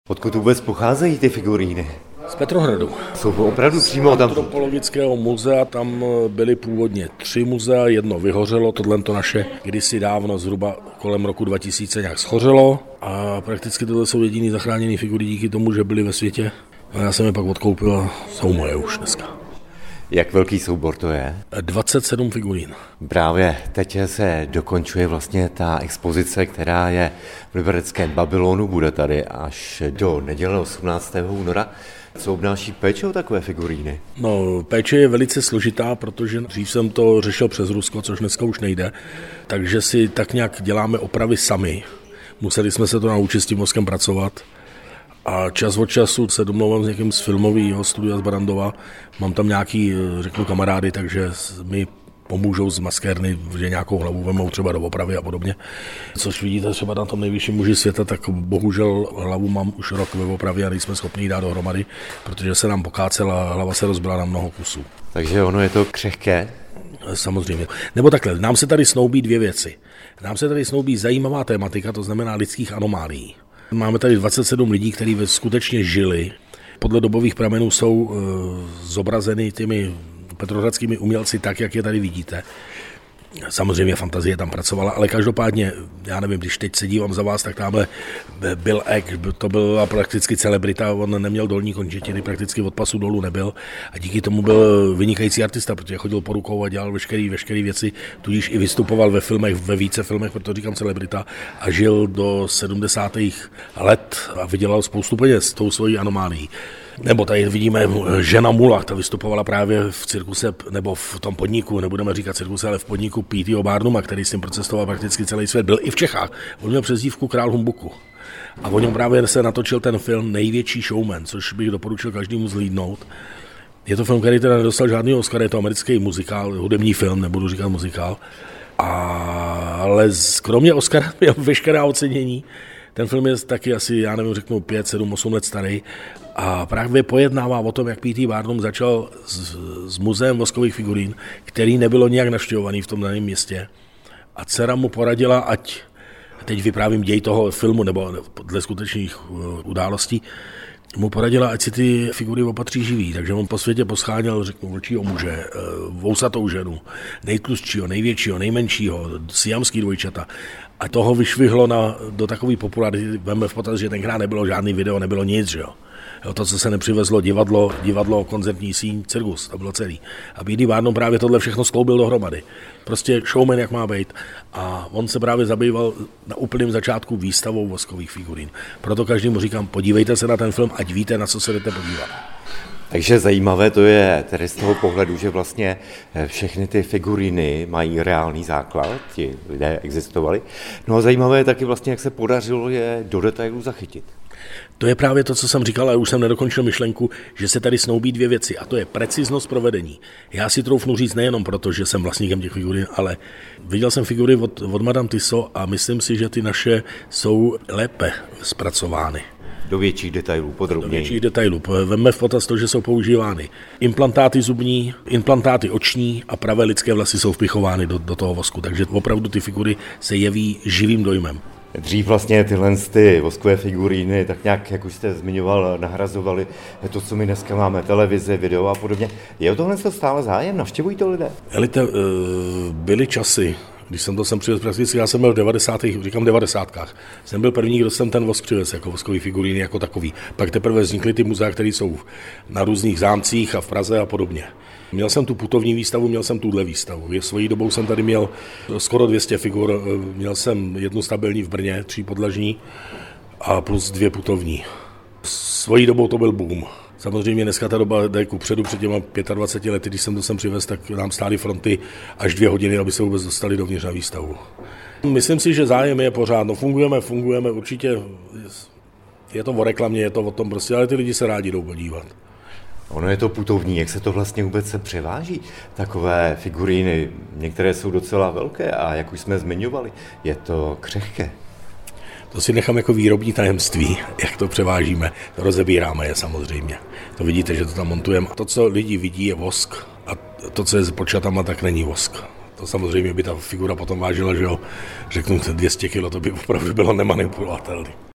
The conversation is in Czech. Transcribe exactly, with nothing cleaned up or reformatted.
Odkud vůbec pocházejí ty figuríny? Z Petrohradu. Jsou opravdu přímo tam. Z antropologického muzea, tam byly původně tři muzea, jedno vyhořelo, tohle to naše kdysi dávno, zhruba kolem roku dva tisíce nějak schořelo a prakticky tohle jsou jediný zachráněný figury díky tomu, že byly ve světě. A já jsem je pak odkoupil a jsou moje už dneska. Jak velký soubor to je? dvacet sedm figurín. Právě teď se dokončuje vlastně ta expozice, která je v libereckém Babylonu, bude tady až do neděle osmnáctého února. Co obnáší péče o takové figuríny? No, péče je velice složitá, protože dřív jsem to řešil přes Rusko, což dneska už nejde, takže si tak nějak děláme opravy sami. Museli jsme se to naučit s tím mozkem pracovat. A čas od času se domlouvám s někým z filmového studia z Barandova. Mám tam nějaký, řeknu, kamarády, takže mi pomůžou z maskérny, že nějakou hlavu vemou třeba do opravy a podobně. Což vidíte třeba na tom nejvyšším muži světa, tak bohužel hlavu mám už rok ve opravě a nejsme schopni ji dát dohromady, protože se nám pokácela a hlava se rozbila na mnoho kusů. Takže ono je to křehké? Samozřejmě. Nebo takhle, nám se tady snoubí dvě věci. Nám se tady snoubí zajímavá tématika, to znamená lidských anomálií. Máme tady dvacet sedm lidí, kteří skutečně žili. Podle dobových pramenů jsou e, zobrazeny těmi petrohradskými umělci tak, jak je tady vidíte. Samozřejmě fantazie tam pracovala, ale každopádně, já nevím, když teď se dívám za vás, tak tamhle Bill Eck, to byla prakticky celebrita, on neměl dolní končetiny, prakticky od pasu dolů nebyl a díky tomu byl vynikající artista, protože chodil po rukou a dělal veškeré veškeré věci, tudíž i vystupoval ve filmech, ve více filmech, proto říkám celebrita a žil do sedmdesátých let a vydělal spoustu peněz tou svojí anomálií. Nebo tady vidíme žena Mula, ta vystupovala právě v cirkuse, nebo v tom podniku, nebudeme říkat cirkuse, ale v podniku P T O Barnuma, který s tím procestoval prakticky celý svět. Byl i v Čechách. On měl přezdívku Král humbuku. A o něm právě se natočil ten film Největší showman, což bych doporučil každému zhlídnout. Je to film, který teda nedostal žádný Oscar, je to americký muzikál, hudební film, nebudu říkat muzikál. Ale kromě Oscara měl veškerá ocenění. Ten film je taky asi, já nevím, řeknu pět, sedm, osm let starý a právě pojednává o tom, jak P T Barnum začal s, s muzeem voskových figurín, který nebylo nijak navštěvovaný v tom daném městě. A dcera mu poradila, ať, teď vyprávím děj toho filmu, nebo dle skutečných událostí, mu poradila, ať si ty figury opatří živý. Takže on po světě poscháněl, řeknu, vlčího muže, vousatou ženu, nejtlustšího, největšího, nejmenšího, siamský dvojčata. A toho vyšvihlo na, do takové popularity. Veme v potaz, že tenkrát nebylo žádný video, nebylo nic, že jo. Jo, to, co se nepřivezlo, divadlo, divadlo, koncertní síň, cirkus, to bylo celý. A P T Barnum právě tohle všechno skloubil dohromady. Prostě showman, jak má být. A on se právě zabýval na úplném začátku výstavou voskových figurín. Proto každému říkám, podívejte se na ten film, ať víte, na co se jdete podívat. Takže zajímavé to je tedy z toho pohledu, že vlastně všechny ty figuríny mají reálný základ, ti lidé existovali. No a zajímavé je taky vlastně, jak se podařilo je do detailů zachytit. To je právě to, co jsem říkal, ale už jsem nedokončil myšlenku, že se tady snoubí dvě věci a to je preciznost provedení. Já si troufnu říct nejenom proto, že jsem vlastníkem těch figurín, ale viděl jsem figury od, od Madame Tissot a myslím si, že ty naše jsou lépe zpracovány. Do větších detailů, podrobněji. Do větších detailů. Vemme v potaz to, že jsou používány implantáty zubní, implantáty oční a pravé lidské vlasy jsou vpichovány do, do toho vosku, takže opravdu ty figury se jeví živým dojmem. Dřív vlastně tyhle ty voskové figuríny, tak nějak, jak už jste zmiňoval, nahrazovaly to, co my dneska máme, televize, video a podobně. Je o tohle stále zájem? Navštěvují to lidé? Elite, byly časy, když jsem to sem přivez prakticky, já jsem byl v devadesátých, říkám devadesátkách, jsem byl první, kdo jsem ten vosk přivez, jako voskový figuríny jako takový. Pak teprve vznikly ty muzea, které jsou na různých zámcích a v Praze a podobně. Měl jsem tu putovní výstavu, měl jsem tuhle výstavu. Svojí dobou jsem tady měl skoro dvě stě figur, měl jsem jednu stabilní v Brně, třípodlažní a plus dvě putovní. Svojí dobou to byl boom. Samozřejmě dneska ta doba jde kupředu, před těma dvaceti pěti lety, když jsem to sem přivez, tak nám stály fronty až dvě hodiny, aby se vůbec dostali dovnitř na výstavu. Myslím si, že zájem je pořád, no fungujeme, fungujeme, určitě je to o reklamě, je to o tom prostě, ale ty lidi se rádi jdou podívat. Ono je to putovní, jak se to vlastně vůbec se převáží, takové figuríny, některé jsou docela velké a jak už jsme zmiňovali, je to křehké. To si nechám jako výrobní tajemství, jak to převážíme, rozebíráme je samozřejmě. To vidíte, že to tam montujeme. To, co lidi vidí, je vosk a to, co je s počatama, tak není vosk. To samozřejmě by ta figura potom vážila, že jo, řeknu dvě stě kilo, to by opravdu bylo nemanipulovatelné.